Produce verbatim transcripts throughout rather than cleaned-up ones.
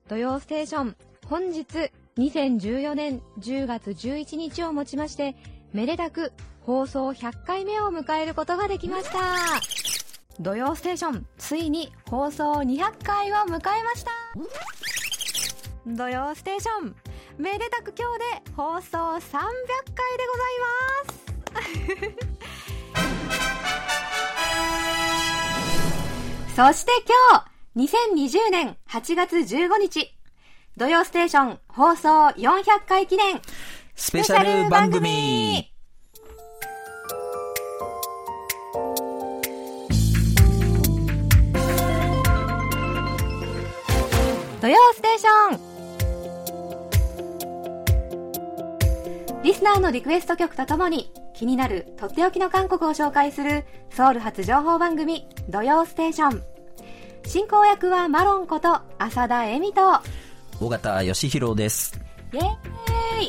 土曜ステーション、本日にせんじゅうよねんじゅうがつじゅういちにちをもちましてめでたく放送ひゃっかいめを迎えることができました。土曜ステーション、ついに放送にひゃっかいを迎えました。土曜ステーション、めでたく今日で放送さんびゃっかいでございますそして今日にせんにじゅうねんはちがつじゅうごにち、土曜ステーション放送よんひゃっかい記念スペシャル番組。 土曜ステーション、リスナーのリクエスト曲とともに気になるとっておきの韓国を紹介するソウル発情報番組土曜ステーション。進行役はマロンこと浅田恵美と尾形義弘です。 イエーイ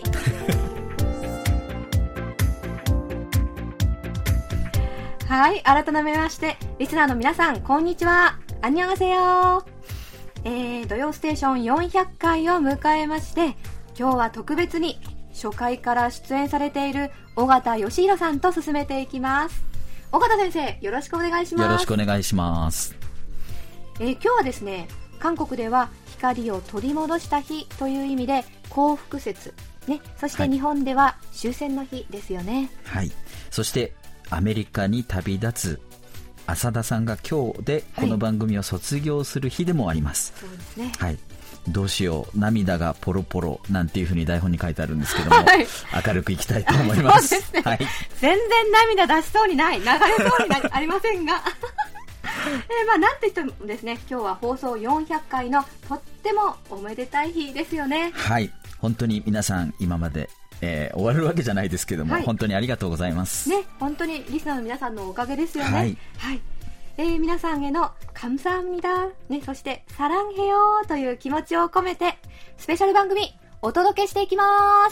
はい、改めましてリスナーの皆さん、こんにちは。アンニョンハセヨ。えー、土曜ステーションよんひゃっかいを迎えまして、今日は特別に初回から出演されている尾形義弘さんと進めていきます。尾形先生、よろしくお願いします。 よろしくお願いします。 えー、今日はですね、韓国では光を取り戻した日という意味で光復節、ね、そして日本では終戦の日ですよね。 はい、そしてアメリカに旅立つ浅田さんが今日でこの番組を卒業する日でもあります。 そうですね。 はい、どうしよう、涙がポロポロなんていう風に台本に書いてあるんですけども、はい、明るくいきたいと思います。 そうですね、 はい、 全然涙出しそうにない、流れそうになありませんがえー、まあなんといってもですね、今日は放送よんひゃっかいのとってもおめでたい日ですよね。 はい、本当に皆さん今まで、えー、終わるわけじゃないですけども、はい、本当にありがとうございますね。本当にリスナーの皆さんのおかげですよね。 はい、 はい、えー、皆さんへの감사합니다、ね、そして사랑해요という気持ちを込めてスペシャル番組お届けしていきます。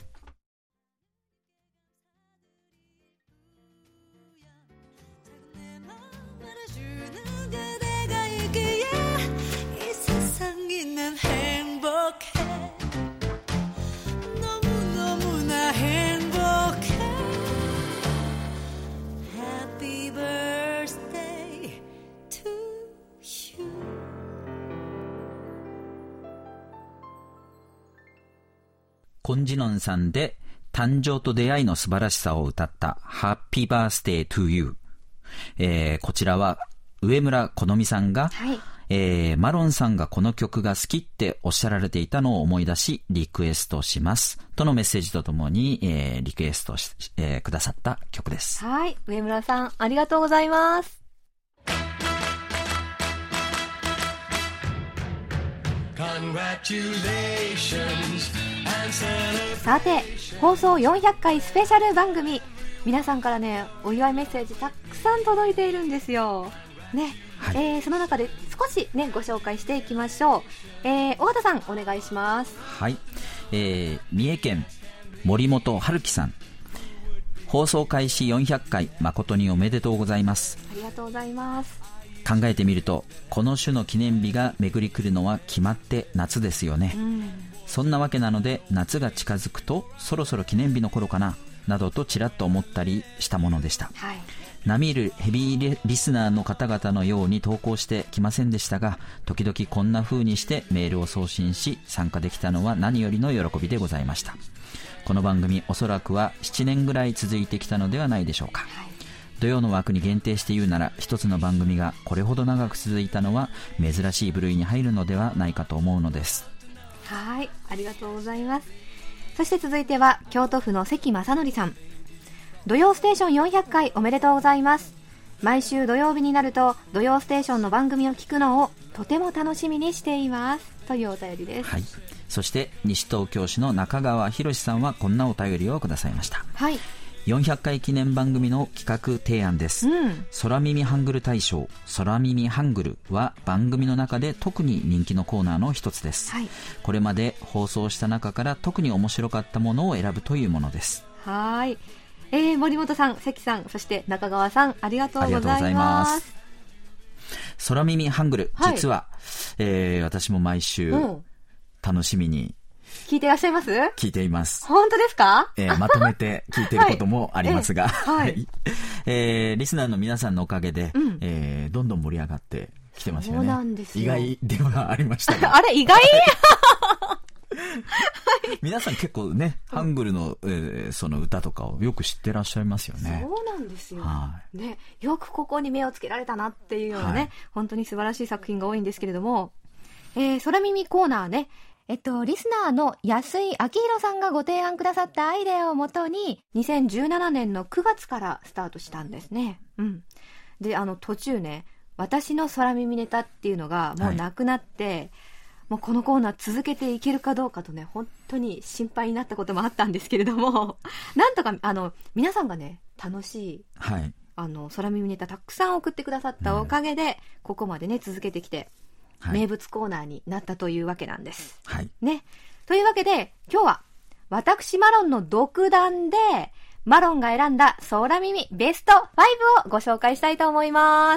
コンジノンさんで誕生と出会いの素晴らしさを歌ったハッピーバースデートゥーユー、えー、こちらは上村好美さんが、はい、えー、マロンさんがこの曲が好きっておっしゃられていたのを思い出しリクエストしますとのメッセージとともに、えー、リクエストし、えー、くださった曲です。 はい、上村さんありがとうございます。さて、放送よんひゃっかいスペシャル番組、皆さんからね、お祝いメッセージたくさん届いているんですよね。はい、えー、その中で少しねご紹介していきましょう。えー、尾形さんお願いします。 はい、えー、三重県森本春樹さん、放送開始よんひゃっかい誠におめでとうございます。 ありがとうございます。 考えてみるとこの種の記念日が巡り来るのは決まって夏ですよね。うん、そんなわけなので夏が近づくとそろそろ記念日の頃かななどとちらっと思ったりしたものでした。はい、並みいるヘビーリスナーの方々のように投稿してきませんでしたが、時々こんな風にしてメールを送信し参加できたのは何よりの喜びでございました。この番組おそらくはななねんぐらい続いてきたのではないでしょうか。はい、土曜の枠に限定して言うなら一つの番組がこれほど長く続いたのは珍しい部類に入るのではないかと思うのです。 はい、ありがとうございます。そして続いては京都府の関正則さん、土曜ステーションよんひゃっかいおめでとうございます。毎週土曜日になると土曜ステーションの番組を聞くのをとても楽しみにしていますというお便りです。 はい、そして西東京市の中川博さんはこんなお便りをくださいました。 はい、 よんひゃっかい記念番組の企画提案です。うん、空耳ハングル大賞空耳ハングルは番組の中で特に人気のコーナーの一つです。はい、これまで放送した中から特に面白かったものを選ぶというものです。 はい、えー、森本さん、関さん、そして中川さん、ありがとうございます。 空耳ハングル、 はい、 実は、えー、私も毎週楽しみに聞いていらっしゃいます？ 聞いています。 本当ですか？ えー、まとめて聞いていることもありますが、 はい。 えー、リスナーの皆さんのおかげで、うん、えー、どんどん盛り上がってきてますよね。 そうなんですよ。 意外ではありましたが。 あれ、意外皆さん結構ね、ハングルの、えー、その歌とかをよく知ってらっしゃいますよね。 そうなんですよ、 はい、 ね。よくここに目をつけられたなっていうようなね、はい、本当に素晴らしい作品が多いんですけれども、えー、空耳コーナーね、えっと、リスナーの安井明宏さんがご提案くださったアイデアをもとに、にせんじゅうななねんのくがつからスタートしたんですね。うん。で、あの、途中ね、私の空耳ネタっていうのがもうなくなって、はい、もうこのコーナー続けていけるかどうかとね、本当に心配になったこともあったんですけれども、なんとか、あの、皆さんがね、楽しい、 はい、 あの、空耳ネタたくさん送ってくださったおかげで、うん、ここまでね、続けてきて、はい、名物コーナーになったというわけなんです。 はい。 ね。というわけで、今日は、私マロンの独断で、マロンが選んだ空耳ベストファイブをご紹介したいと思います。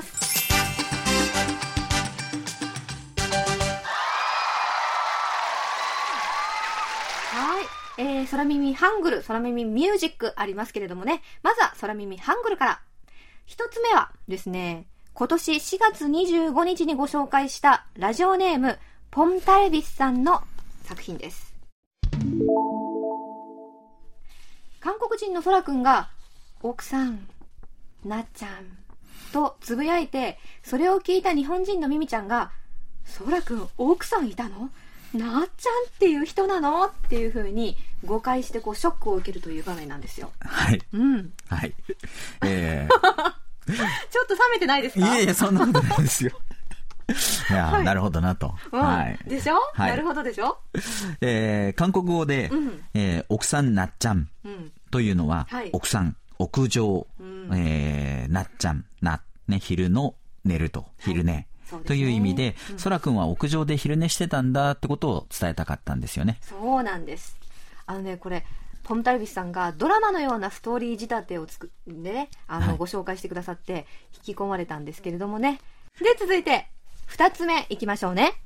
はい。えー、空耳ハングル、空耳ミュージックありますけれどもね。まずは空耳ハングルから。一つ目はですね、今年しがつにじゅうごにちにご紹介したラジオネームポンタレビスさんの作品です。韓国人のソラくんが奥さん、なっちゃんとつぶやいて、それを聞いた日本人のミミちゃんが、ソラくん奥さんいたの？なっちゃんっていう人なの？っていう風に誤解してこうショックを受けるという場面なんですよ。 はい。 うん。 はい。えーちょっと冷めてないですか？ いやいや、そんなことないですよ。いや、はい、なるほどなと。 うん、はい。でしょ、はい、なるほどでしょ、 えー、韓国語で、うん、えー、奥さんなっちゃんというのは、うん、はい、奥さん、屋上、うん、えー、なっちゃん、な、ね、昼の寝ると、昼寝。はい、という意味で、うん、ソラ君は屋上で昼寝してたんだってことを伝えたかったんですよね。 そうなんです。あのね、これ、ポンタルビスさんがドラマのようなストーリー仕立てを作ってね、あの、はい、ご紹介してくださって引き込まれたんですけれどもね。で、続いて二つ目いきましょうね。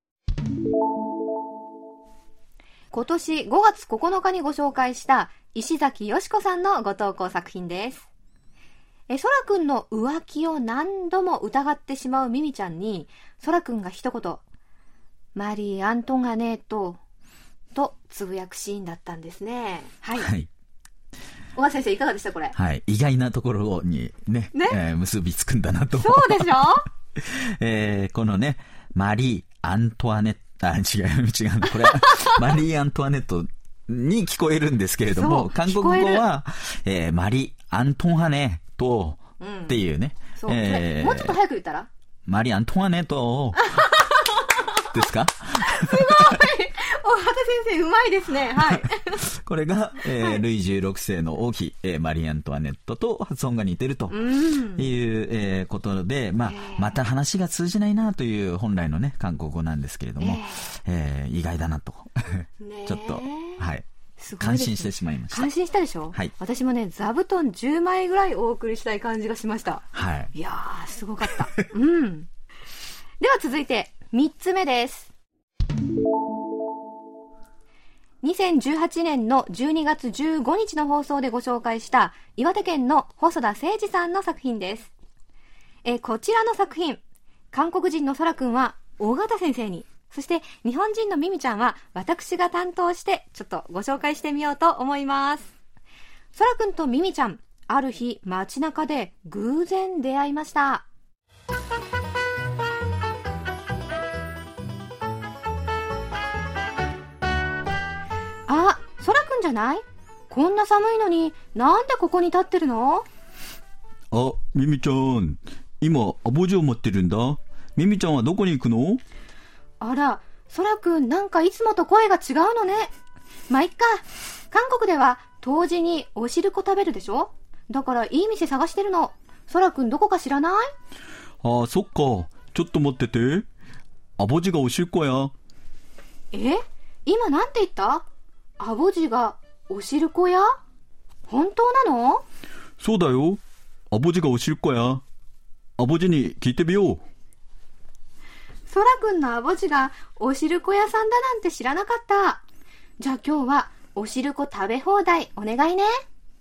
今年ごがつここのかにご紹介した石崎よしこさんのご投稿作品です。え、ソラくんの浮気を何度も疑ってしまうミミちゃんに、ソラくんが一言、マリー・アントガネートとつぶやくシーンだったんですね。はい。はい、小川先生いかがでしたこれ？ はい。意外なところにね、ね、えー、結びつくんだなと。 そうでしょえー、このね、マリー・アントワネット、あ、違う、違う、これ、マリー・アントワネットに聞こえるんですけれども、韓国語は、えー、マリー・アントワネットっていうね。 うん、そう、えー、もうちょっと早く言ったらマリー・アントワネットですか？ すごい大畑先生うまいですね。はい。 これが、えーはい、ルイじゅうろくせいの王妃、えー、マリー・アントワネットと発音が似てるという、えー、ことで、まあ、また話が通じないなという本来のね、韓国語なんですけれども、えーえー、意外だなと。ちょっと、はい。すごいですね、感心してしまいました。 感心したでしょ？はい。私もね、座布団じゅうまいぐらいお送りしたい感じがしました。 はい。 いやー、すごかった。うん。では続いて、三つ目です。にせんじゅうはちねんのじゅうにがつじゅうごにちの放送でご紹介した岩手県の細田誠二さんの作品です。えこちらの作品、韓国人のソラくんは大型先生に、そして日本人のミミちゃんは私が担当してちょっとご紹介してみようと思います。ソラくんとミミちゃん、ある日街中で偶然出会いました。あ、ソラくんじゃない？こんな寒いのになんでここに立ってるの？ あ、ミミちゃん、今アボジを持ってるんだ。ミミちゃんはどこに行くの？ あら、ソラくんなんかいつもと声が違うのね。まあ、いっか。韓国では冬至にお汁粉食べるでしょ？だからいい店探してるの。ソラくんどこか知らない？ ああ、そっか。ちょっと待ってて。アボジがお汁粉や。 え？今なんて言った？アボジがお汁粉や？本当なの？ そうだよ。アボジがお汁粉や。アボジに聞いてみよう。 そらくんのアボジがおしるこ屋さんだなんて知らなかった。じゃあ今日はおしるこ食べ放題お願いね。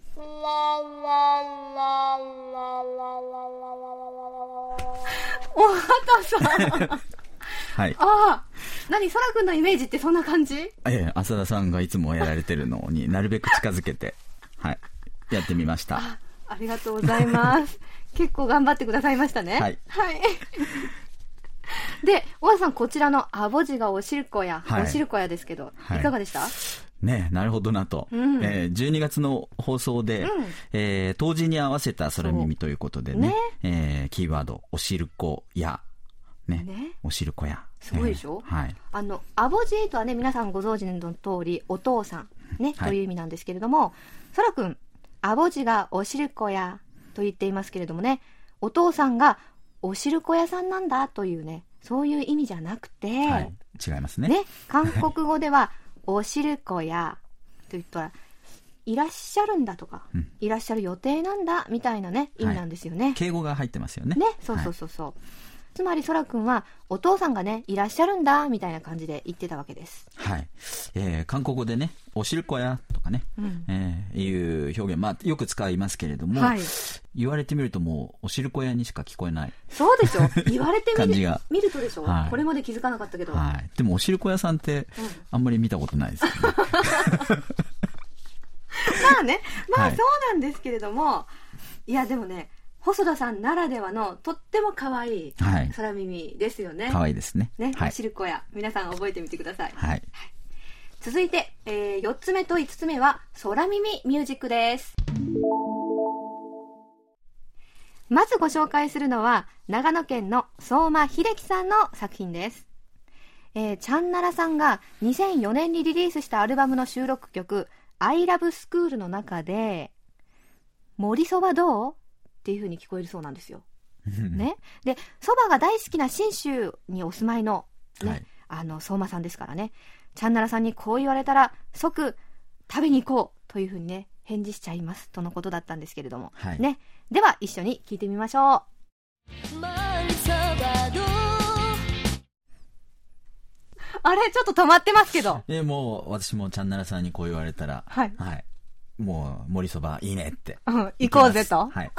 お畑さんはい。 ああ、何、そらくんのイメージってそんな感じ？ ええ、浅田さんがいつもやられてるのになるべく近づけて、はい、やってみました。 あ、ありがとうございます。結構頑張ってくださいましたね。 はい。 はい。で、小川さん、こちらのアボジがおしるこや、はい、おしるこやですけど、はい、いかがでした？ ね、なるほどなと、うんえー、じゅうにがつの放送で、うんえー、当時に合わせた空耳ということでね、ねえー、キーワードおしるこや、ねね、おしるこやすごいでしょ、 えーはい、 あのアボジとはね皆さんご存知の通りお父さん、ねはい、という意味なんですけれども、そらくんアボジがおしるこやと言っていますけれどもね、お父さんがおしるこ屋さんなんだというね、そういう意味じゃなくて、 はい、違いますね。 ね、韓国語ではおしるこやと言ったらいらっしゃるんだとか、うん、いらっしゃる予定なんだみたいなね意味なんですよね、はい、 敬語が入ってますよね。 ね、そうそうそうそう、はい、つまりそらくんはお父さんがねいらっしゃるんだみたいな感じで言ってたわけです。 はい、えー、韓国語でねおしるこやとかね、うんえー、いう表現、まあ、よく使いますけれども、はい、言われてみるともうおしるこやにしか聞こえない。 そうでしょ言われてみる見るとでしょ、はい、これまで気づかなかったけど、 はい、でもおしるこやさんってあんまり見たことないですよね、うん、まあねまあそうなんですけれども、はい、いやでもね細田さんならではのとっても可愛い空耳ですよね。 可愛いですね。 ね、 はい、 おしるこや皆さん覚えてみてください。 はい。はい、 続いて、えー、よっつめといつつめは空耳ミュージックです。まずご紹介するのは長野県の相馬秀樹さんの作品です。えー、チャンナラさんがにせんよねんにリリースしたアルバムの収録曲 I Love School の中で森そばどうっていう風に聞こえるそうなんですよ。ね、でそばが大好きな信州にお住まいの、ねはい、あの相馬さんですからね、チャンナラさんにこう言われたら即食べに行こうという風にね返事しちゃいますとのことだったんですけれども、はい、ね、では一緒に聞いてみましょう。あれちょっと止まってますけど、 えもう私もチャンナラさんにこう言われたら、はい、はい、もう森そばいいねって、 うん、行こうぜと、 はい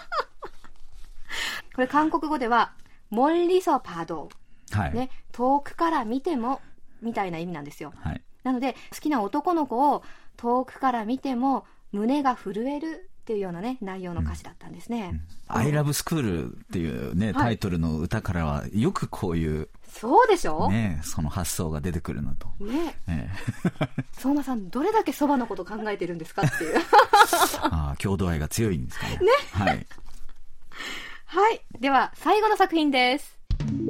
これ韓国語では멀리서 봐도、はいね、遠くから見てもみたいな意味なんですよ、はい、なので好きな男の子を遠くから見ても胸が震えるっていうようなね内容の歌詞だったんですね、 うん、I Love School っていうね、はい、タイトルの歌からはよくこういうそうでしょ、 ね、その発想が出てくるのと、 ねね、相馬さんどれだけそばのこと考えてるんですかっていうあ郷土愛が強いんですかね。ね、はいはい、では最後の作品です。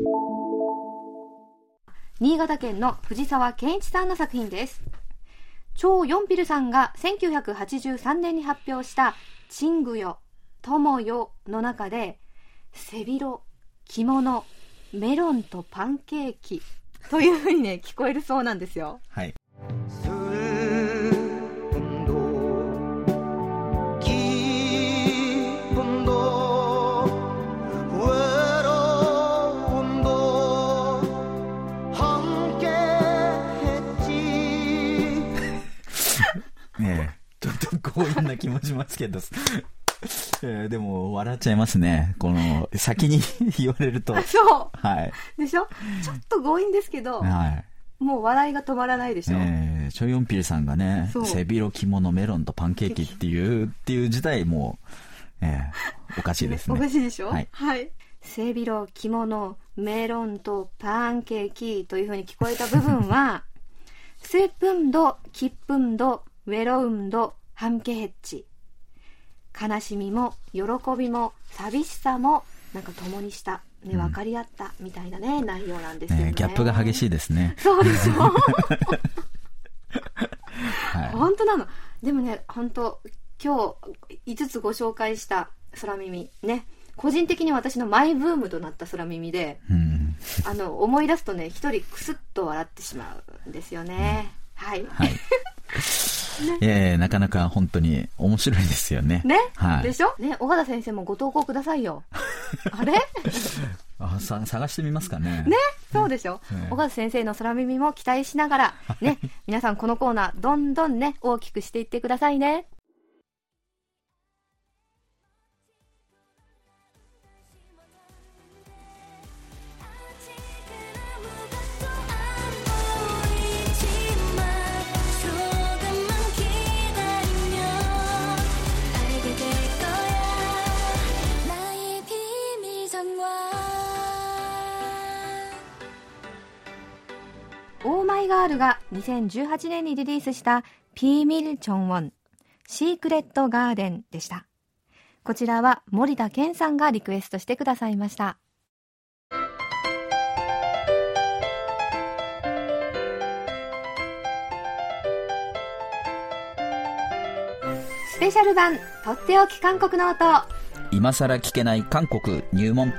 新潟県の藤沢健一さんの作品です。チョウ・ヨンピルさんがせんきゅうひゃくはちじゅうさんねんに発表したチングよ、トモよの中で背広、着物、メロンとパンケーキというふうにね聞こえるそうなんですよ。 はい。強引な気もしますけどえー、でも笑っちゃいますね、この先に言われるとそう、 はい、 でしょ、ちょっと強引ですけど、はい、もう笑いが止まらないでしょ、 えー、チョヨンピルさんがね背広、着物、メロンとパンケーキっていうっていう自体もう、えー、おかしいですね。 おかしいでしょ、はい、はい、背広、着物、メロンとパンケーキという風に聞こえた部分はスープンド、キップンド、ウェロウンド、ハムケヘッチ、悲しみも喜びも寂しさもなんか共にした、ね、分かり合ったみたいなね、うん、内容なんですよね。 ね、ギャップが激しいですね。 そうでしょ、はい、本当なの。でもね、本当今日いつつご紹介した空耳ね、個人的に私のマイブームとなった空耳で、うん、あの思い出すとね一人クスッと笑ってしまうんですよね、うん、はい、はいね、 えー、なかなか本当に面白いですよね。 ね、はい、でしょね、小川田先生もご投稿くださいよ。あれあさ探してみますかね。 ね、そうでしょ、 うん、 尾形先生の空耳も期待しながらね皆さんこのコーナーどんどんね大きくしていってくださいね。オーマイガールがにせんじゅうはちねんにリリースしたピーミルチョンウォンシークレットガーデンでした。こちらは森田健さんがリクエストしてくださいました。スペシャル版とっておき韓国の音、 今さら聞けない韓国入門。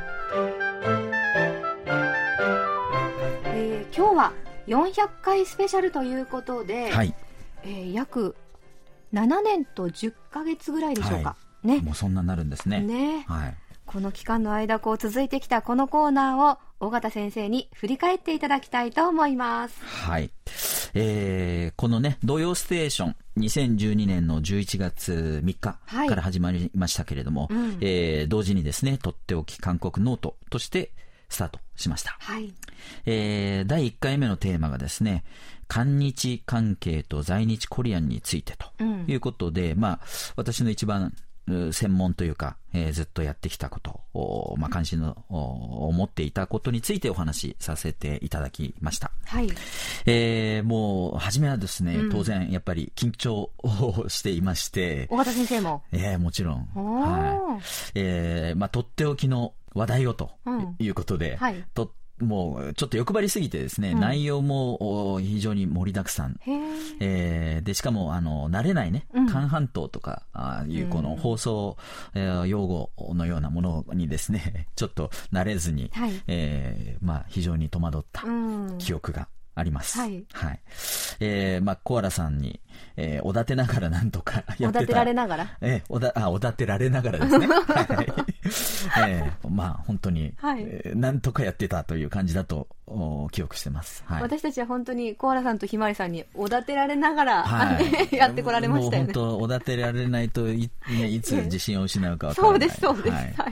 えー、今日はよんひゃっかいスペシャルということで、 はい、 えー、約ななねんとじゅっかげつぐらいでしょうか、はい、ね、 もうそんなになるんですね。 ね、 はい、 この期間の間こう続いてきたこのコーナーを尾形先生に振り返っていただきたいと思います。 はい、えー、このね土曜ステーションにせんじゅうにねんのじゅういちがつみっかから始まりましたけれども、はい、うん、えー、同時にですねとっておき韓国ノートとしてスタートしました。 はい、 えー、だいいっかいめのテーマがですね韓日関係と在日コリアンについてということで、うん、まあ私の一番専門というか、えー、ずっとやってきたことを、まあ、関心のを持っていたことについてお話しさせていただきました。 はい、 えー、もう初めはですね、うん、当然やっぱり緊張をしていまして、 尾形先生も、 えー、もちろん、はい、えーまあ、とっておきの話題をということで、うん、はい、ともうちょっと欲張りすぎてですね、うん、内容も非常に盛りだくさん、えー、でしかもあの慣れないね、うん、韓半島とかあいうこの放送、えー、用語のようなものにですねちょっと慣れずに、はい、えーまあ、非常に戸惑った記憶があります。はいはい、えーまあ、コアラさんに、えー、おだてながらなんとかやってた。 おだてられながら、 えー、おだあおだてられながらですね、はいえー、まあ本当に、はい、えー、なんとかやってたという感じだと記憶してます。はい、 私たちは本当にコアラさんとひまわりさんにおだてられながら、はい、やってこられましたよね。 もう本当おだてられないと い,、ね、いつ自信を失うか分からない。 そうですそうです、はいはい、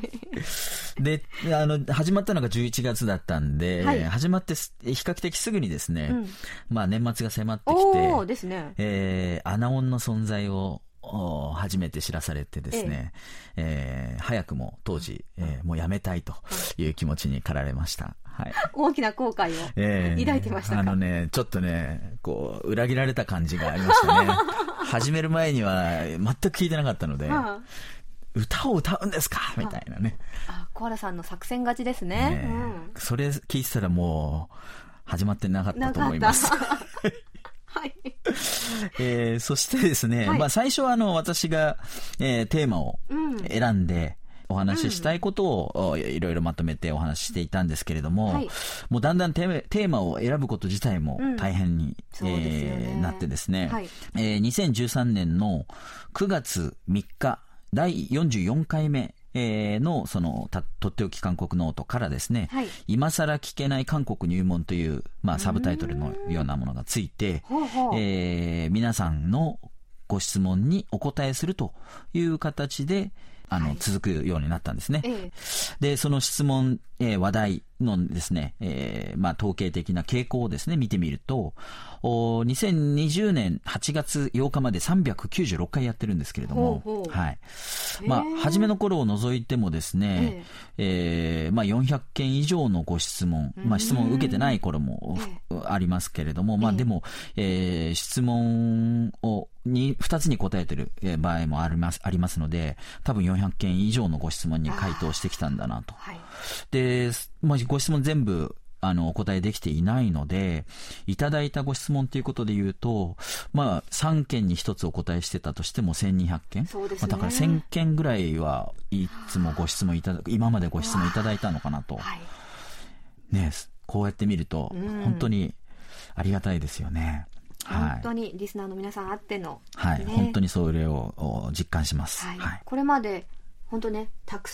であの始まったのがじゅういちがつだったんで、はい、始まって比較的すぐにですね、うん、まあ、年末が迫ってきて、 おーですね、 えー、アナオンの存在を初めて知らされてですね、えええー、早くも当時、えー、もうやめたいという気持ちに駆られました。はい、 大きな後悔を抱いてましたか。 えー、あのね、ちょっとねこう裏切られた感じがありましたね始める前には全く聞いてなかったので、はあ、歌を歌うんですかみたいなね。 あ、コアラさんの作戦勝ちですね。ね、 うん、それ聞いてたらもう始まってなかったと思いますはい、 えー、そしてですね、はい、まあ、最初はあの私が、えー、テーマを選んでお話ししたいことを、うん、いろいろまとめてお話ししていたんですけれども、はい、もうだんだんテーマ、テーマを選ぶこと自体も大変に、うんえー、なってですね、はい、えー、にせんじゅうさんねんのくがつみっかだいよんじゅうよんかいめえー、のそのたとっておき韓国ノートからですね、はい、今さら聞けない韓国入門という、まあ、サブタイトルのようなものがついて、えー、皆さんのご質問にお答えするという形であの、はい、続くようになったんですね。ええ、でその質問、えー、話題のですね、えーまあ、統計的な傾向をですね見てみると、おにせんにじゅうねんはちがつようかまでさんびゃくきゅうじゅうろっかいやってるんですけれども、ほうほう、はい、まあ、初めの頃を除いてもですね、えーえーまあ、よんひゃっけん以上のご質問、まあ、質問を受けてない頃もありますけれども、まあ、でも、えー、質問をにふたつに答えてる場合もあります、ありますので、多分よんひゃっけん以上のご質問に回答してきたんだなと。はい、で、まあ、ご質問全部あのお答えできていないので、いただいたご質問ということでいうと、まあ、さんけんにひとつお答えしてたとしてもせんにひゃっけん、そうですね、まあ、だからせんけんぐらいはいつもご質問いただ今までご質問いただいたのかなと、はい、ね、こうやって見ると本当にありがたいですよね。 本当にリスナーの皆さんあっての、 はい、ね、本当にそれを実感します。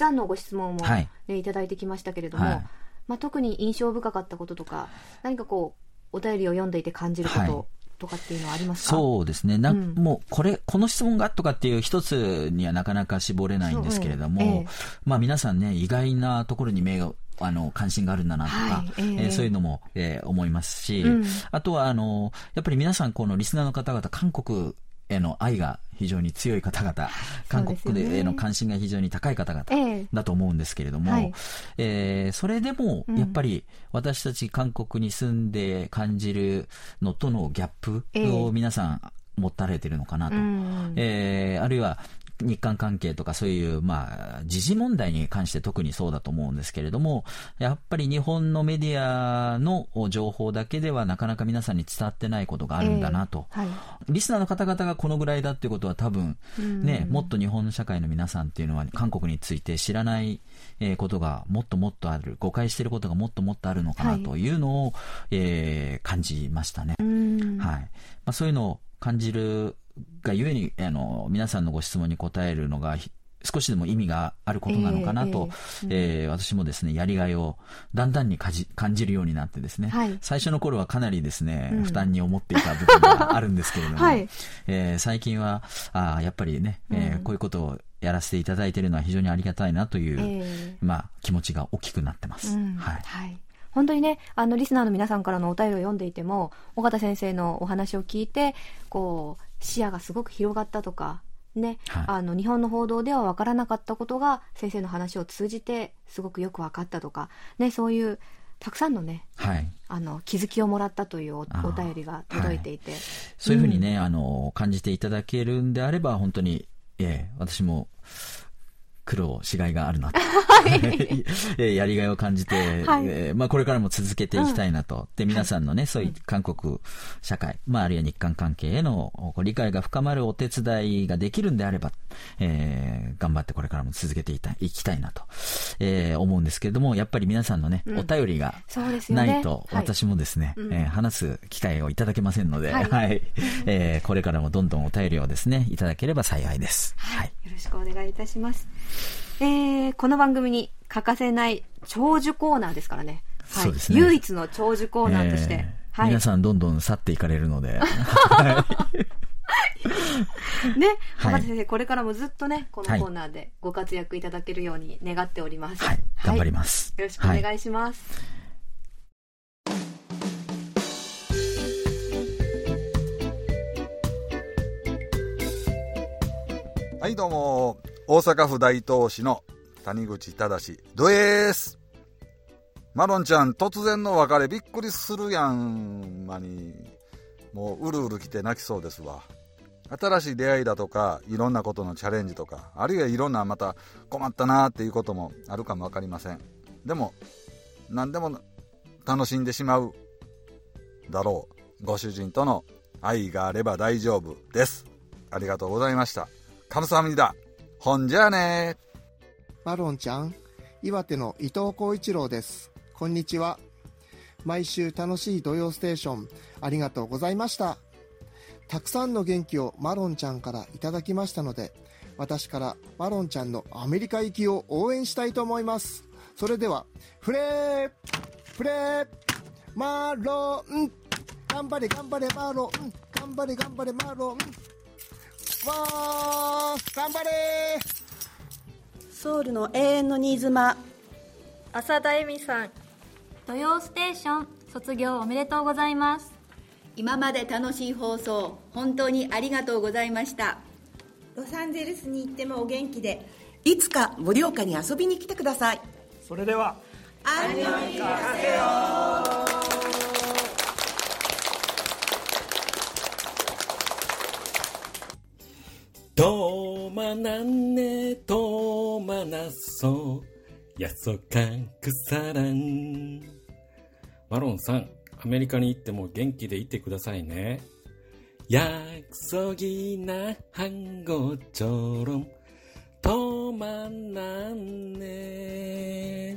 はいはい、これまで本当ね、たくさんのご質問も、ね、はい、いただいてきましたけれども、はい、 まあ、特に印象深かったこととか、何かこうお便りを読んでいて感じること、はいとかっていうのはありますか？ そうですね。な、 うん、 もうこれこの質問がとかっていう一つにはなかなか絞れないんですけれども、ええ、まあ皆さんね意外なところに目があの関心があるんだなとか、はいえーえー、そういうのも、えー、思いますし、うん、あとはあのやっぱり皆さんこのリスナーの方々韓国への愛が非常に強い方々、韓国への関心が非常に高い方々だと思うんですけれども、えーはいえー、それでもやっぱり私たち韓国に住んで感じるのとのギャップを皆さん持たれてるのかなと、えーえー、あるいは日韓関係とかそういう、まあ、時事問題に関して特にそうだと思うんですけれども、やっぱり日本のメディアの情報だけではなかなか皆さんに伝わってないことがあるんだなと、えーはい、リスナーの方々がこのぐらいだっていうことは多分、ね、もっと日本の社会の皆さんっていうのは韓国について知らないことがもっともっとある、誤解していることがもっともっとあるのかなというのを、はいえー、感じましたね。はいまあ、そういうのを感じるがゆえにあの皆さんのご質問に答えるのが少しでも意味があることなのかなと、えーえー、私もですねやりがいをだんだんにかじ感じるようになってですね、はい、最初の頃はかなりですね、うん、負担に思っていた部分があるんですけれども、はいえー、最近はあやっぱりね、えーうん、こういうことをやらせていただいているのは非常にありがたいなという、えーまあ、気持ちが大きくなってます、うんはいはい本当にね、あのリスナーの皆さんからのお便りを読んでいても、尾形先生のお話を聞いてこう視野がすごく広がったとかね、はい、あの日本の報道では分からなかったことが先生の話を通じてすごくよく分かったとか、ね、そういうたくさんのね、はい、あの気づきをもらったという お, お便りが届いていて、はい、 そういうふうにね、うん、あの感じていただけるんであれば本当に、えー、私も苦労しがいがあるなと、はい、やりがいを感じて、はいえーまあ、これからも続けていきたいなと、うん、で皆さんのねそういう韓国社会、まあ、あるいは日韓関係への理解が深まるお手伝いができるんであれば、えー、頑張ってこれからも続けていたいきたいなと、えー、思うんですけれども、やっぱり皆さんのね、うん、お便りがないと、ね、私もですね、はいえー、話す機会をいただけませんので、はいはいえー、これからもどんどんお便りをですねいただければ幸いです、 はいはい、よろしくお願いいたします。えー、この番組に欠かせない長寿コーナーですからね、はい、そうですね唯一の長寿コーナーとして、えーはい、 皆さんどんどん去っていかれるのでね、 尾形先生これからもずっとねこのコーナーでご活躍いただけるように願っております、 はい、頑張ります、 はい、よろしくお願いします、 はいはい、どうも大阪府大東市の谷口正どえーす。マロンちゃん突然の別れびっくりするやん。まにもううるうる来て泣きそうですわ。新しい出会いだとかいろんなことのチャレンジとか、あるいはいろんなまた困ったなっていうこともあるかもわかりません。でも何でも楽しんでしまうだろう。ご主人との愛があれば大丈夫です。ありがとうございました。カムサハムニダ。ほんじゃあね。 マロンちゃん、岩手の伊藤浩一郎です。こんにちは。毎週楽しい土曜ステーションありがとうございました。たくさんの元気をマロンちゃんからいただきましたので、私からマロンちゃんのアメリカ行きを応援したいと思います。それではフレーフレーマロン、頑張れ頑張れマロン、頑張れ頑張れマロン、わー頑張れ。 ソウルの永遠の新妻、 浅田恵美さん、 土曜ステーション卒業おめでとうございます。 今まで楽しい放送本当にありがとうございました。 ロサンゼルスに行ってもお元気で、 いつか盛岡に遊びに来てください。 それではアンニョンハセヨ。 とまなんねとまなそうやそかくさらん。マロンさん、アメリカに行っても元気でいてくださいね。やくそぎなはんごちょろんとまなんね。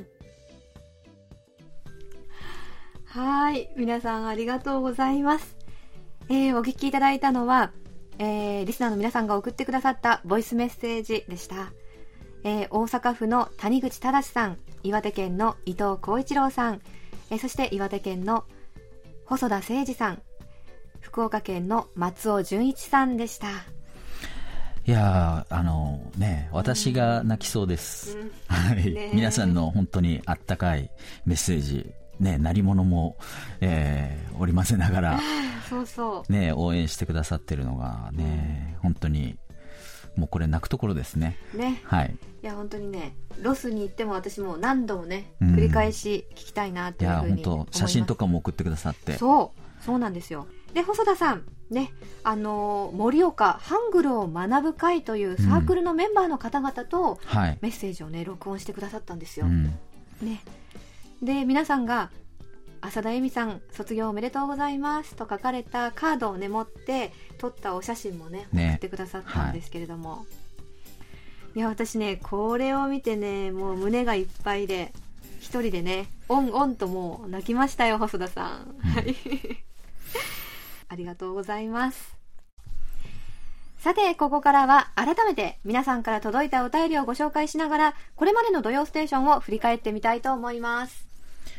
はい、皆さんありがとうございます。えー、お聞きいただいたのはえー、リスナーの皆さんが送ってくださったボイスメッセージでした。 えー、大阪府の谷口忠さん、岩手県の伊藤浩一郎さん、えー、そして岩手県の細田誠二さん、福岡県の松尾純一さんでした。 いやー、あのね、私が泣きそうです、うん、はい、ね、皆さんの本当にあったかいメッセージ、ね、鳴り物も、えー、織り交ぜながらそうそう、 ね、応援してくださってるのがね、うん、本当にもうこれ泣くところですね。 ね、 はい、 いや本当にね、ロスに行っても私も何度もね、うん、繰り返し聞きたいなっていうふうに思います。いや本当写真とかも送ってくださって、 そうそうなんですよ。で、細田さんね、あのー、盛岡ハングルを学ぶ会というサークルのメンバーの方々とメッセージをね、録音してくださったんですよ、うん、ね、で皆さんが浅田恵美さん卒業おめでとうございますと書かれたカードをね持って撮ったお写真もね送ってくださったんですけれども、ね、はい、いや私ねこれを見てね、もう胸がいっぱいで一人でねオンオンともう泣きましたよ、細田さん、うん、ありがとうございます。さて、ここからは改めて皆さんから届いたお便りをご紹介しながら、これまでの土曜ステーションを振り返ってみたいと思います。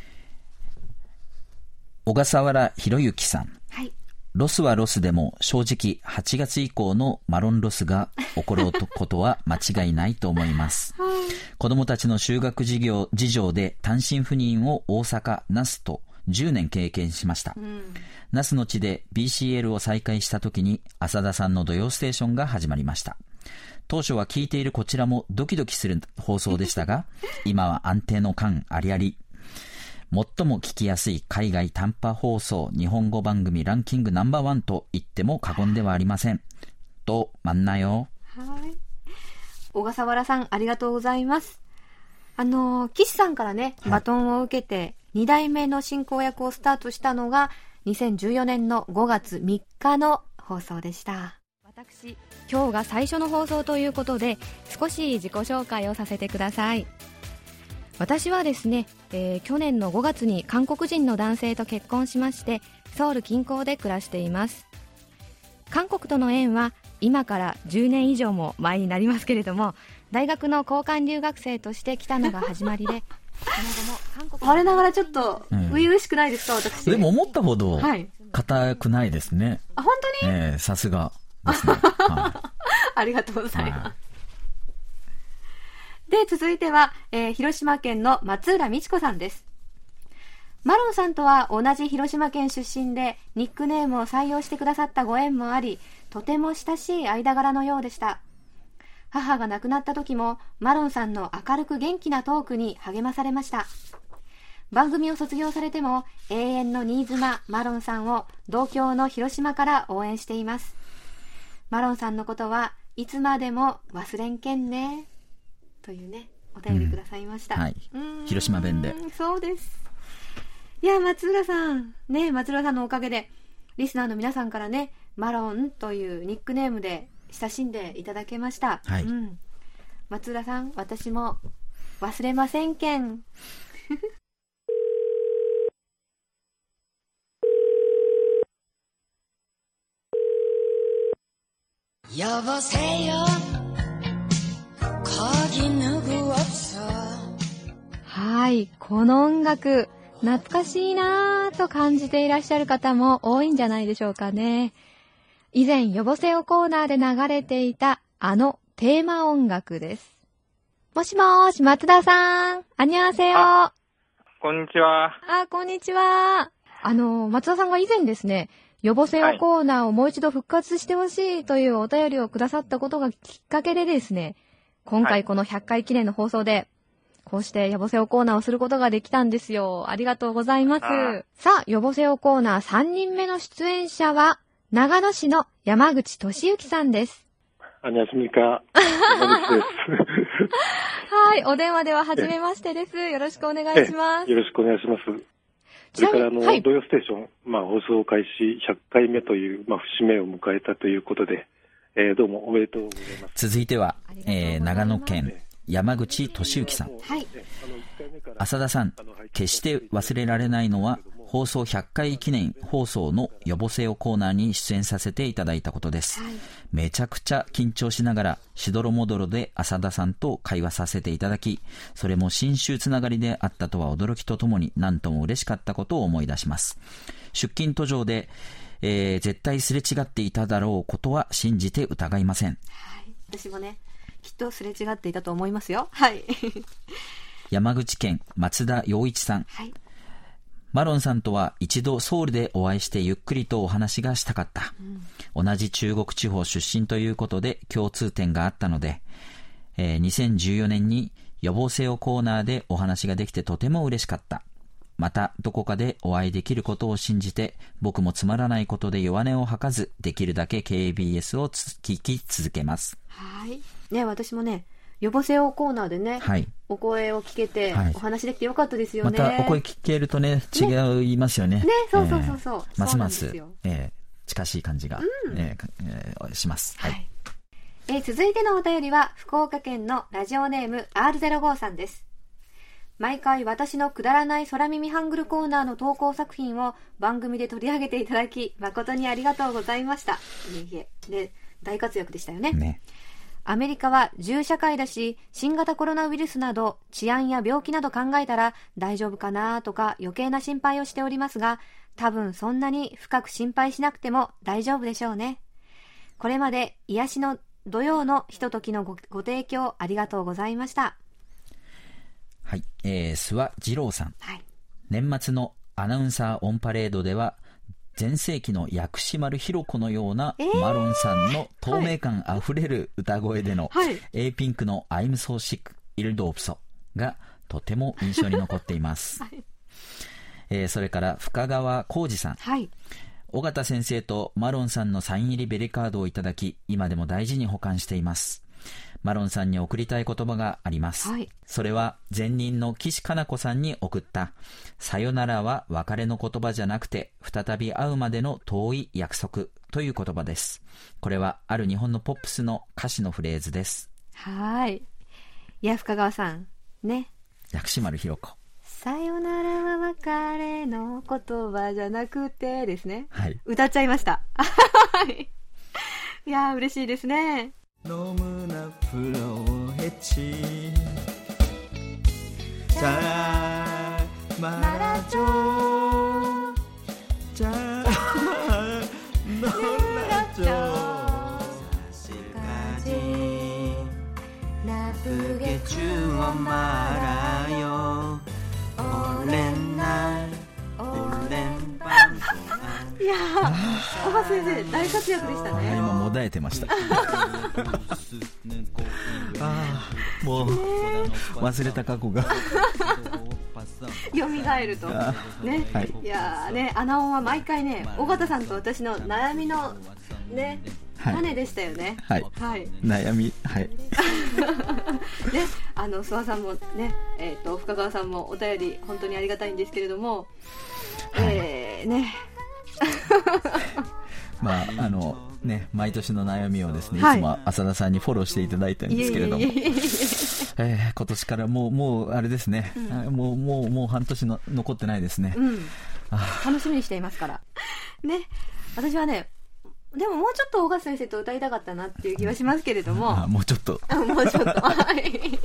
小笠原博之さん、 はい、 ロスはロスでも正直はちがつ以降のマロンロスが起ころうとことは間違いないと思います、はい、子どもたちの就学事業事情で単身赴任を大阪、那須とじゅうねん経験しました、うん、那須の地で ビーシーエル を再開した時に浅田さんの土曜ステーションが始まりました。当初は聞いているこちらもドキドキする放送でしたが今は安定の感ありあり、最も聞きやすい海外短波放送日本語番組ランキングナンバーワンと言っても過言ではありませんとまんなよ。 はい、小笠原さんありがとうございます。あの岸さんからねバトンを受けて、はい、に代目の進行役をスタートしたのがにせんじゅうよねんのごがつみっかの放送でした。私今日が最初の放送ということで少し自己紹介をさせてください。私はですね、えー、去年のごがつに韓国人の男性と結婚しましてソウル近郊で暮らしています。韓国との縁は今からじゅうねん以上も前になりますけれども、大学の交換留学生として来たのが始まりでその後も韓国我ながらちょっと初々しくないですか、うん、私。 でも思ったほど硬くないですね。 あ、本当に？ えー、さすがですね、はい、 ありがとうございます、はい、で続いては、えー、広島県の松浦美智子さんです。マロンさんとは同じ広島県出身でニックネームを採用してくださったご縁もあり、とても親しい間柄のようでした。母が亡くなった時もマロンさんの明るく元気なトークに励まされました。番組を卒業されても永遠の新妻マロンさんを同郷の広島から応援しています。マロンさんのことはいつまでも忘れんけんねというねお便りくださいました、 うん、はい、広島弁で。 そうです。いや松浦さんね、松浦さんのおかげでリスナーの皆さんからねマロンというニックネームで親しんでいただけました、 はい、 うん、松浦さん私も忘れませんけん 여보세요 거기 누구 없어。 はい、この音楽懐かしいなぁと感じていらっしゃる方も多いんじゃないでしょうかね。以前よぼせよコーナーで流れていたあのテーマ音楽です。もしもーし、松田さん、あにゃーせよ。あ、 こんにちは。 あ、こんにちは。あの松田さんが以前ですね、よぼせよコーナーをもう一度復活してほしいというお便りをくださったことがきっかけでですね、今回このひゃっかい記念の放送でこうしてよぼせよコーナーをすることができたんですよ。ありがとうございます。さあ、よぼせよコーナーさんにんめの出演者は長野市の山口俊之さんです。 안녕하십니까。 はい、お電話では初めましてです。よろしくお願いします。 よろしくお願いします。それからあの、はい、土曜ステーション、まあ、放送開始ひゃっかいめという、まあ、節目を迎えたということで、えー、どうもおめでとうございます。 続いては、えー、長野県山口俊之さん。 はい。 浅田さん、決して忘れられないのは放送ひゃっかい記念放送のよぼせよコーナーに出演させていただいたことです。はい、 めちゃくちゃ緊張しながらしどろもどろで浅田さんと会話させていただき、それも新州つながりであったとは驚きとともに何とも嬉しかったことを思い出します。出勤途上で、えー、絶対すれ違っていただろうことは信じて疑いません。 はい、私もねきっとすれ違っていたと思いますよ。はい山口県松田洋一さん、 はい、 マロンさんとは一度ソウルでお会いしてゆっくりとお話がしたかった、うん、同じ中国地方出身ということで共通点があったので、えー、にせんじゅうよねんに予防せよコーナーでお話ができてとても嬉しかった。またどこかでお会いできることを信じて、僕もつまらないことで弱音を吐かずできるだけ ケービーエス を聞き続けます。 はいね、私もね予防せよコーナーでね、はい、お声を聞けて、はい、お話できてよかったですよね。 またお声聞けるとね違いますよね。 ね、そうそうそうそう、 えー、ますます、えー、近しい感じが、うんえーえー、します。はいはい、 えー、続いてのお便りは福岡県のラジオネーム アールゼロご さんです。毎回私のくだらない空耳ハングルコーナーの投稿作品を番組で取り上げていただき誠にありがとうございました。いえいえで大活躍でしたよ ね, ねアメリカは銃社会だし、新型コロナウイルスなど治安や病気など考えたら大丈夫かなとか余計な心配をしておりますが、多分そんなに深く心配しなくても大丈夫でしょうね。これまで癒しの土曜のひとときの ご, ご提供ありがとうございました。 はい、えー、諏訪二郎さん、 はい、 年末のアナウンサーオンパレードでは前世紀の薬師丸ひろ子のようなマロンさんの透明感あふれる歌声での A ピンクの I'm so sick, il dopso がとても印象に残っています、はいえー、それから深川浩二さん、 はい、 尾形先生とマロンさんのサイン入りベレカードをいただき今でも大事に保管しています。マロンさんに送りたい言葉があります、 はい、 それは前任の岸加奈子さんに送ったさよならは別れの言葉じゃなくて再び会うまでの遠い約束という言葉です。これはある日本のポップスの歌詞のフレーズです。 はい、いや深川さんね、 薬師丸ひろ子さよならは別れの言葉じゃなくてですね、 はい、 歌っちゃいましたいや嬉しいですね。 너무나 부러워했지 잘 말아줘 잘 놀아줘 사실까지 나쁘게 주워 말아요 오랜 날 오랜 밤 いやー、小葉先生大活躍でしたね。 今もだえてましたあもう、ね、忘れた過去が蘇るとね、 はい、 いやーね、アナオンは毎回ね尾形さんと私の悩みのね種でしたよね。 はい、 はい、 悩みはいね、 あの諏訪さんもね、えー、と深川さんもお便り本当にありがたいんですけれども、はい、えー、ねまああのね毎年の悩みをですね、はい、いつも浅田さんにフォローしていただいたんですけれども、えー、今年からもうもうあれですね、うん、もうもうもう半年の残ってないですね、 うん、楽しみにしていますからね。私はねでももうちょっと小川先生と歌いたかったなっていう気はしますけれども、 あもうちょっともうちょっとはい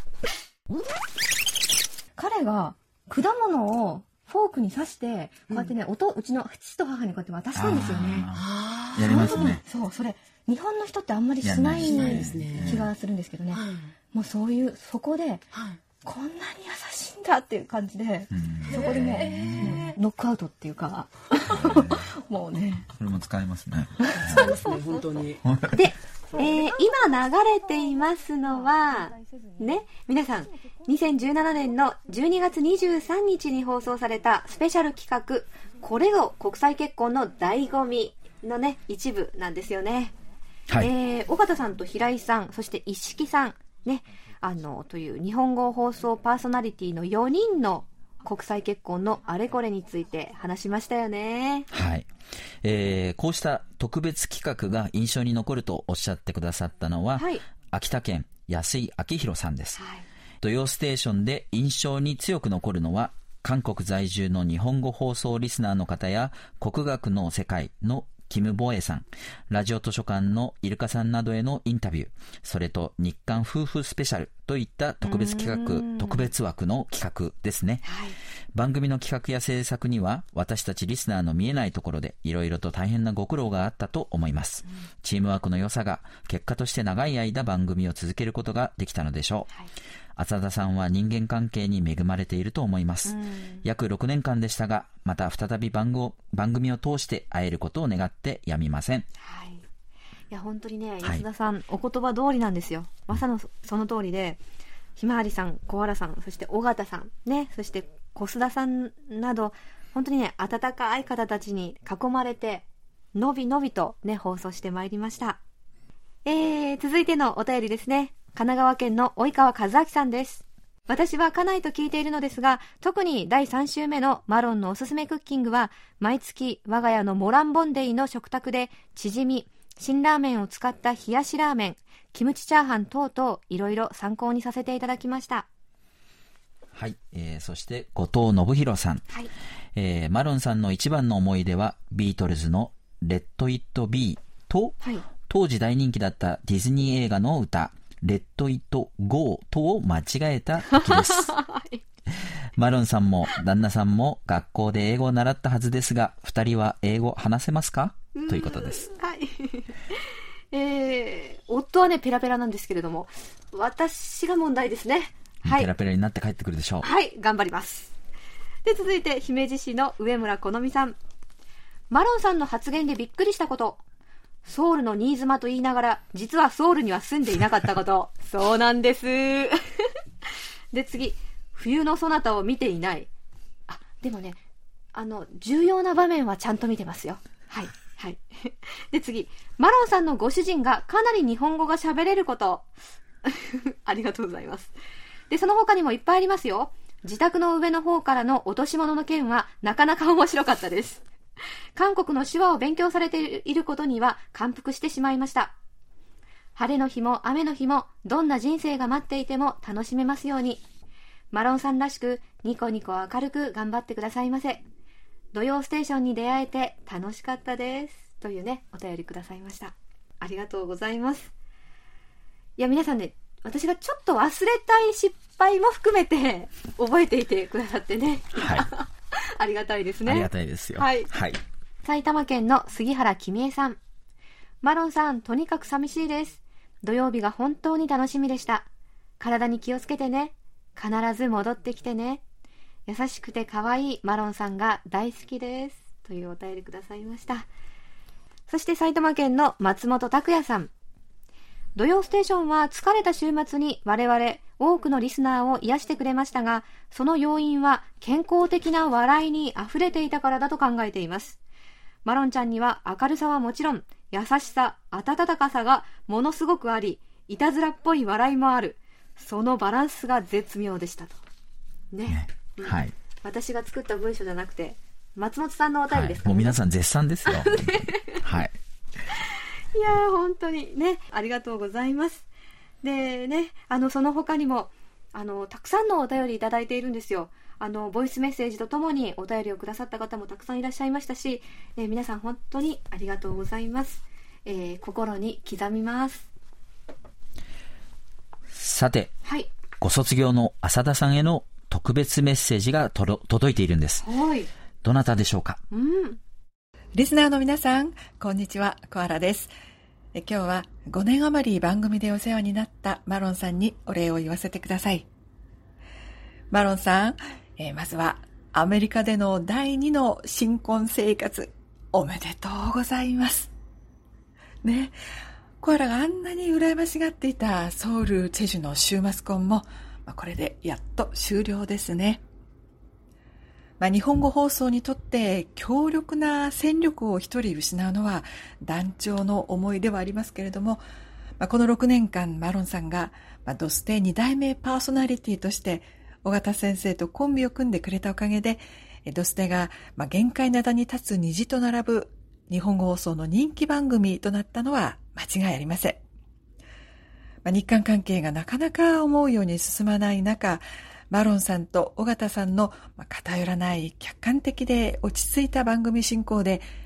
彼が果物をフォークに刺してこうやってね、うん、音うちの父と母にこうやって渡したんですよね。 やりますね。 そうそれ日本の人ってあんまりしない気がするんですけどね、もうそういうそこで、はい、こんなに優しいんだっていう感じで、うん、そこでもう、えー、ノックアウトっていうかもうねそれも使えますねそうですね本当にでえー、今流れていますのはね、皆さんにせんじゅうななねんのじゅうにがつにじゅうさんにちに放送されたスペシャル企画これぞ国際結婚の醍醐味のね一部なんですよね、はい、えー、尾形さんと平井さんそして一色さんねあのという日本語放送パーソナリティのよにんの国際結婚のあれこれについて話しましたよね。 はい、えー、こうした特別企画が印象に残るとおっしゃってくださったのは、はい、秋田県安井明弘さんです、はい、土曜ステーションで印象に強く残るのは韓国在住の日本語放送リスナーの方や国学の世界のキム・ボエさん、ラジオ図書館のイルカさんなどへのインタビュー、それと日韓夫婦スペシャルといった特別企画、特別枠の企画ですね、はい、番組の企画や制作には私たちリスナーの見えないところでいろいろと大変なご苦労があったと思います、うん、チームワークの良さが結果として長い間番組を続けることができたのでしょう、はい、浅田さんは人間関係に恵まれていると思います、うん、約ろくねんかんでしたがまた再び番組を、番組を通して会えることを願ってやみません、 はい、いや本当にね安田さん、はい、お言葉通りなんですよ。まさにその通りで、ひまわりさん、小原さん、そして尾形さんね、そして小須田さんなど本当にね温かい方たちに囲まれてのびのびとね放送してまいりました。えー、続いてのお便りですね。神奈川県の及川和明さんです。私は家内と聞いているのですが、特にだいさん週目のマロンのおすすめクッキングは毎月我が家のモランボンデイの食卓でチヂミ、辛ラーメンを使った冷やしラーメン、キムチチャーハン等々いろいろ参考にさせていただきました。 はい、えー、そして後藤信弘さん、はい、えー、マロンさんの一番の思い出はビートルズのレッド・イット・ビーと、はい、当時大人気だったディズニー映画の歌レッド・イット・ゴーとを間違えた時です、はい、マロンさんも旦那さんも学校で英語を習ったはずですがふたりは英語話せますかということです。 はいえー、夫はねペラペラなんですけれども私が問題ですね、 はい、ペラペラになって帰ってくるでしょう。 はい頑張ります。で続いて姫路市の上村好美さん、マロンさんの発言でびっくりしたこと、ソウルの新妻と言いながら実はソウルには住んでいなかったことそうなんですで次、冬のソナタを見ていない。あでもねあの重要な場面はちゃんと見てますよ。はいはいで次、マロンさんのご主人がかなり日本語が喋れることありがとうございます。でその他にもいっぱいありますよ。自宅の上の方からの落とし物の件はなかなか面白かったです。韓国の手話を勉強されていることには感服してしまいました。晴れの日も雨の日もどんな人生が待っていても楽しめますように。マロンさんらしくニコニコ明るく頑張ってくださいませ。土曜ステーションに出会えて楽しかったですというねお便りくださいました。ありがとうございます。いや皆さんね、私がちょっと忘れたい失敗も含めて覚えていてくださってね、はいありがたいですね。 ありがたいですよ。 はい。はい、埼玉県の杉原君江さん。マロンさん、とにかく寂しいです。土曜日が本当に楽しみでした。体に気をつけてね。必ず戻ってきてね。優しくて可愛いマロンさんが大好きです。というお便りくださいました。そして埼玉県の松本拓也さん。土曜ステーションは疲れた週末に我々多くのリスナーを癒してくれましたが、その要因は健康的な笑いに溢れていたからだと考えています。マロンちゃんには明るさはもちろん、優しさ、温かさがものすごくあり、いたずらっぽい笑いもある。そのバランスが絶妙でしたと。ね。ねうん、はい。私が作った文章じゃなくて、松本さんのお便りですか、ね、 はい、もう皆さん絶賛ですよ。はい。 いやー本当にねありがとうございます。でねあのその他にもあのたくさんのお便りいただいているんですよ。あのボイスメッセージとともにお便りをくださった方もたくさんいらっしゃいましたし、えー、皆さん本当にありがとうございます。えー、心に刻みます。 さて、 はい、 ご卒業の浅田さんへの特別メッセージがとど届いているんです。 はい、 どなたでしょうか。 うんリスナーの皆さん、こんにちは、小原です。え今日はごねん余り番組でお世話になったマロンさんにお礼を言わせてください。マロンさん、えー、まずはアメリカでのだいにの新婚生活、おめでとうございます。ね、小原があんなに羨ましがっていたソウルチェジュの週末婚も、まあ、これでやっと終了ですね。まあ、日本語放送にとって強力な戦力を一人失うのは断腸の思いではありますけれども、まあ、このろくねんかんマロンさんが、まあ、ドステに代目パーソナリティとして尾形先生とコンビを組んでくれたおかげで、ドステが、まあ、限界灘に立つ虹と並ぶ日本語放送の人気番組となったのは間違いありません。まあ、日韓関係がなかなか思うように進まない中、マロンさんと尾形さんの偏らない客観的で落ち着いた番組進行で、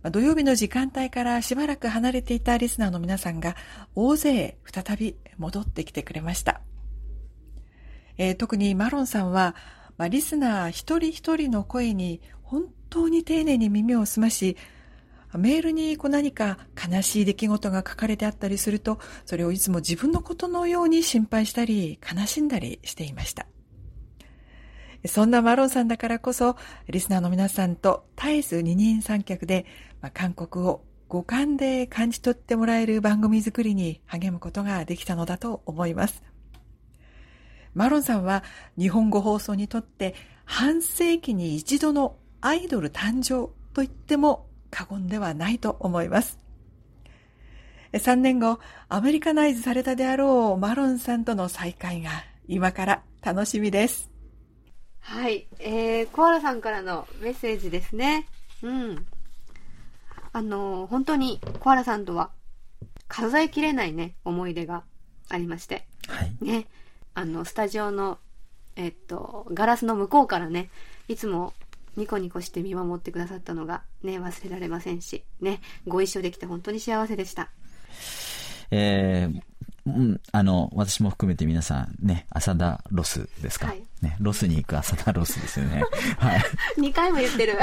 土曜日の時間帯からしばらく離れていたリスナーの皆さんが大勢再び戻ってきてくれました。えー、特にマロンさんは、まあ、リスナー一人一人の声に本当に丁寧に耳を澄まし、メールにこう何か悲しい出来事が書かれてあったりすると、それをいつも自分のことのように心配したり悲しんだりしていました。そんなマロンさんだからこそ、リスナーの皆さんと絶えず二人三脚で、まあ、韓国を五感で感じ取ってもらえる番組作りに励むことができたのだと思います。マロンさんは日本語放送にとって半世紀に一度のアイドル誕生と言っても過言ではないと思います。さんねんご、アメリカナイズされたであろうマロンさんとの再会が今から楽しみです。 はい、えー、コアラさんからのメッセージですね。うん。あのー、本当にコアラさんとは数えきれないね、思い出がありまして。 はい。 ね。あの、スタジオの、えっと、ガラスの向こうからね、いつもニコニコして見守ってくださったのがね、忘れられませんし、ね、ご一緒できて本当に幸せでした。 えー、うん、あの、私も含めて皆さんね、浅田ロスですか、はい、ね、ロスに行く浅田ロスですよね。はい。 にかいも言ってる。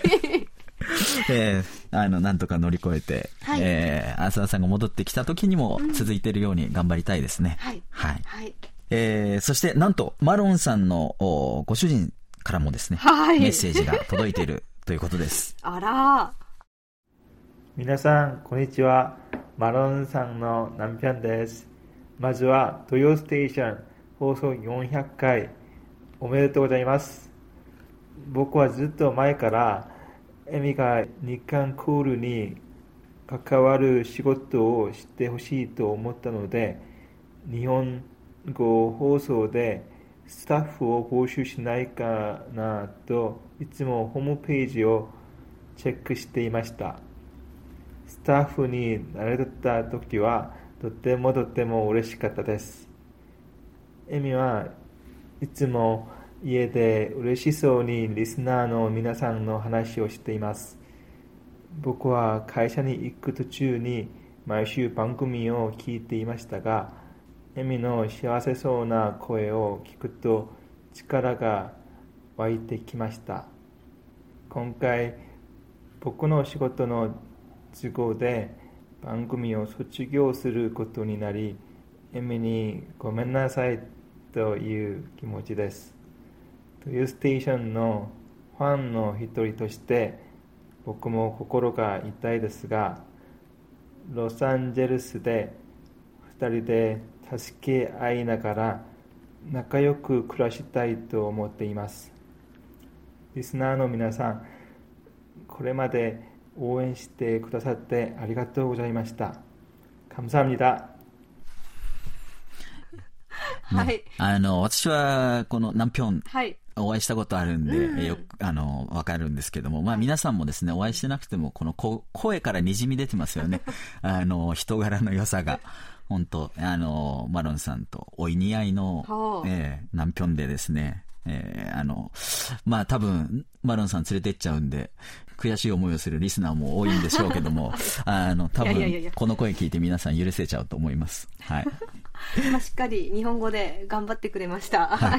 えー、あの、なんとか乗り越えて、はい、えー、浅田さんが戻ってきた時にも続いているように頑張りたいですね。 うん、はい。 はい。 はい。 えー、そしてなんと、マロンさんのご主人からもですね、 はい、 メッセージが届いているということです。 あら。 皆さん、こんにちは。マロンさんの남편です。まずは、土曜ステーション放送よんひゃっかい、おめでとうございます。僕はずっと前から、エミが日韓クールに関わる仕事をしてほしいと思ったので、日本語放送でスタッフを募集しないかなといつもホームページをチェックしていました。スタッフになれた時はとてもとても嬉しかったです。エミはいつも家で嬉しそうにリスナーの皆さんの話をしています。僕は会社に行く途中に毎週番組を聞いていましたが、エミの幸せそうな声を聞くと力が湧いてきました。今回僕の仕事の都合で番組を卒業することになり、エミにごめんなさいという気持ちです。というステーションのファンの一人として僕も心が痛いですが、ロサンゼルスでふたりで助け合いながら仲良く暮らしたいと思っています。リスナーの皆さん、これまで応援してくださってありがとうございました。감사합니다。 はい。 あの、私はこの南平、 はい、 お会いしたことあるんで、うん、よく、あの、わかるんですけども、まあ皆さんもですね、お会いしてなくても、この声からにじみ出てますよね。あの、人柄の良さが。本当、あの、マロンさんとお似合いの、えー、南平でですね、えー、あの、まあ多分、マロンさん連れてっちゃうんで、悔しい思いをするリスナーも多いんでしょうけども、あの、多分、いやいやいやこの声聞いて皆さん許せちゃうと思います。はい。 まあしっかり日本語で頑張ってくれました。はい。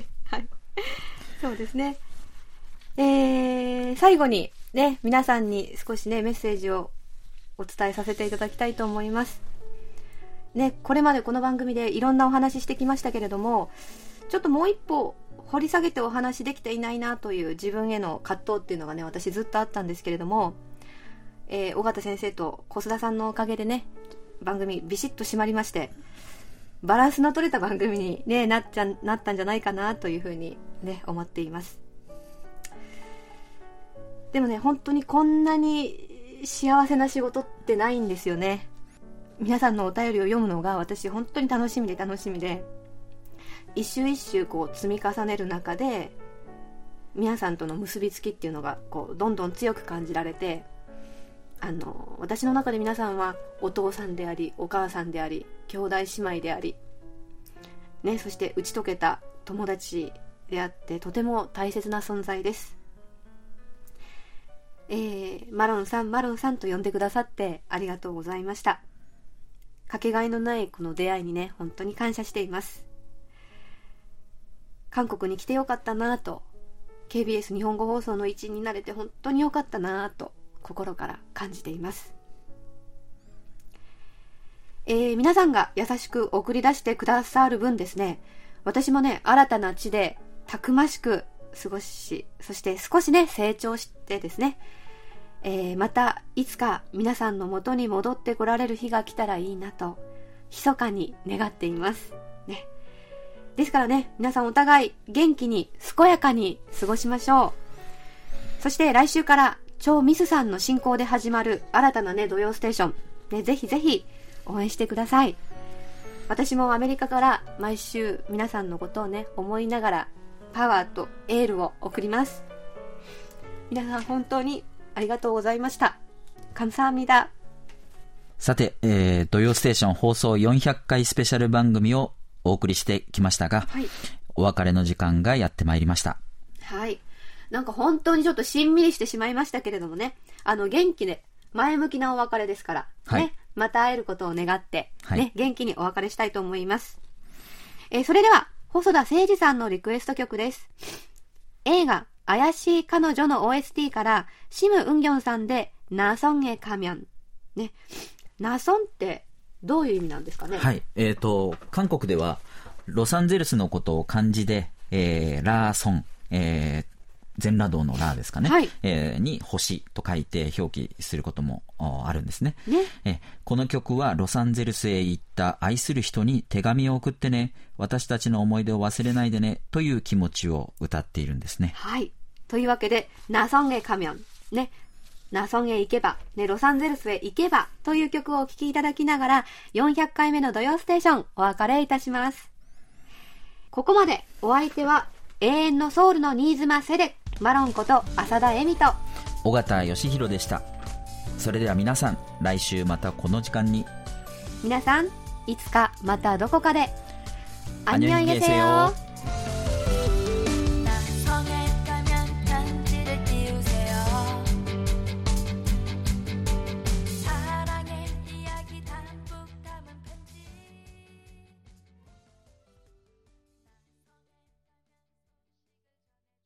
はい。そうですね。えー、最後にね、皆さんに少しね、メッセージをお伝えさせていただきたいと思います。ね、これまでこの番組でいろんなお話ししてきましたけれども、ちょっともう一歩掘り下げてお話できていないなという自分への葛藤っていうのがね、私ずっとあったんですけれども、えー、尾形先生と小須田さんのおかげでね、番組ビシッと締まりまして、バランスの取れた番組に、ね、なっちゃなったんじゃないかなというふうに、ね、思っています。でもね、本当にこんなに幸せな仕事ってないんですよね。皆さんのお便りを読むのが私本当に楽しみで楽しみで、一周一周こう積み重ねる中で皆さんとの結びつきっていうのがこうどんどん強く感じられて、あの私の中で皆さんはお父さんでありお母さんであり兄弟姉妹であり、ね、そして打ち解けた友達であってとても大切な存在です。ええー、マロンさんマロンさんと呼んでくださってありがとうございました。かけがえのないこの出会いにね、本当に感謝しています。韓国に来てよかったなぁと、ケービーエス 日本語放送の一員になれて本当によかったなぁと心から感じています。えー、皆さんが優しく送り出してくださる分ですね、私もね、新たな地でたくましく過ごし、そして少しね、成長してですね、えー、またいつか皆さんの元に戻ってこられる日が来たらいいなと、密かに願っています。ね。ですからね、皆さんお互い元気に健やかに過ごしましょう。そして来週から超ミスさんの進行で始まる新たなね、土曜ステーション、ね、ぜひぜひ応援してください。私もアメリカから毎週皆さんのことをね、思いながらパワーとエールを送ります。皆さん本当にありがとうございました。감사합니다。 さて、えー、土曜ステーション放送よんひゃっかいスペシャル番組をお送りしてきましたが、はい、お別れの時間がやってまいりました。はい。なんか本当にちょっとしんみりしてしまいましたけれどもね、あの元気で前向きなお別れですから、はい、ね、また会えることを願って、はい、ね、元気にお別れしたいと思います。えー、それでは細田誠二さんのリクエスト曲です。映画怪しい彼女の オーエスティー からシム・ウンギョンさんでナソンへカミョン。ね。ナソンってどういう意味なんですかね。はい。えっと、韓国ではロサンゼルスのことを漢字で、えー、ラーソン、えー、全裸道のラーですかね、はい、えー、に星と書いて表記することもあるんですね。ね、えこの曲はロサンゼルスへ行った愛する人に手紙を送ってね、私たちの思い出を忘れないでねという気持ちを歌っているんですね。はい。というわけでナソンへカミョンね、ナソンへ行けば、ね、ロサンゼルスへ行けばという曲をお聴きいただきながらよんひゃっかいめの土曜ステーションお別れいたします。ここまでお相手は永遠のソウルの新妻セレ、マロンこと浅田恵美と尾形義弘でした。それでは皆さん、来週またこの時間に。皆さん、いつかまたどこかで。안녕히 계세요。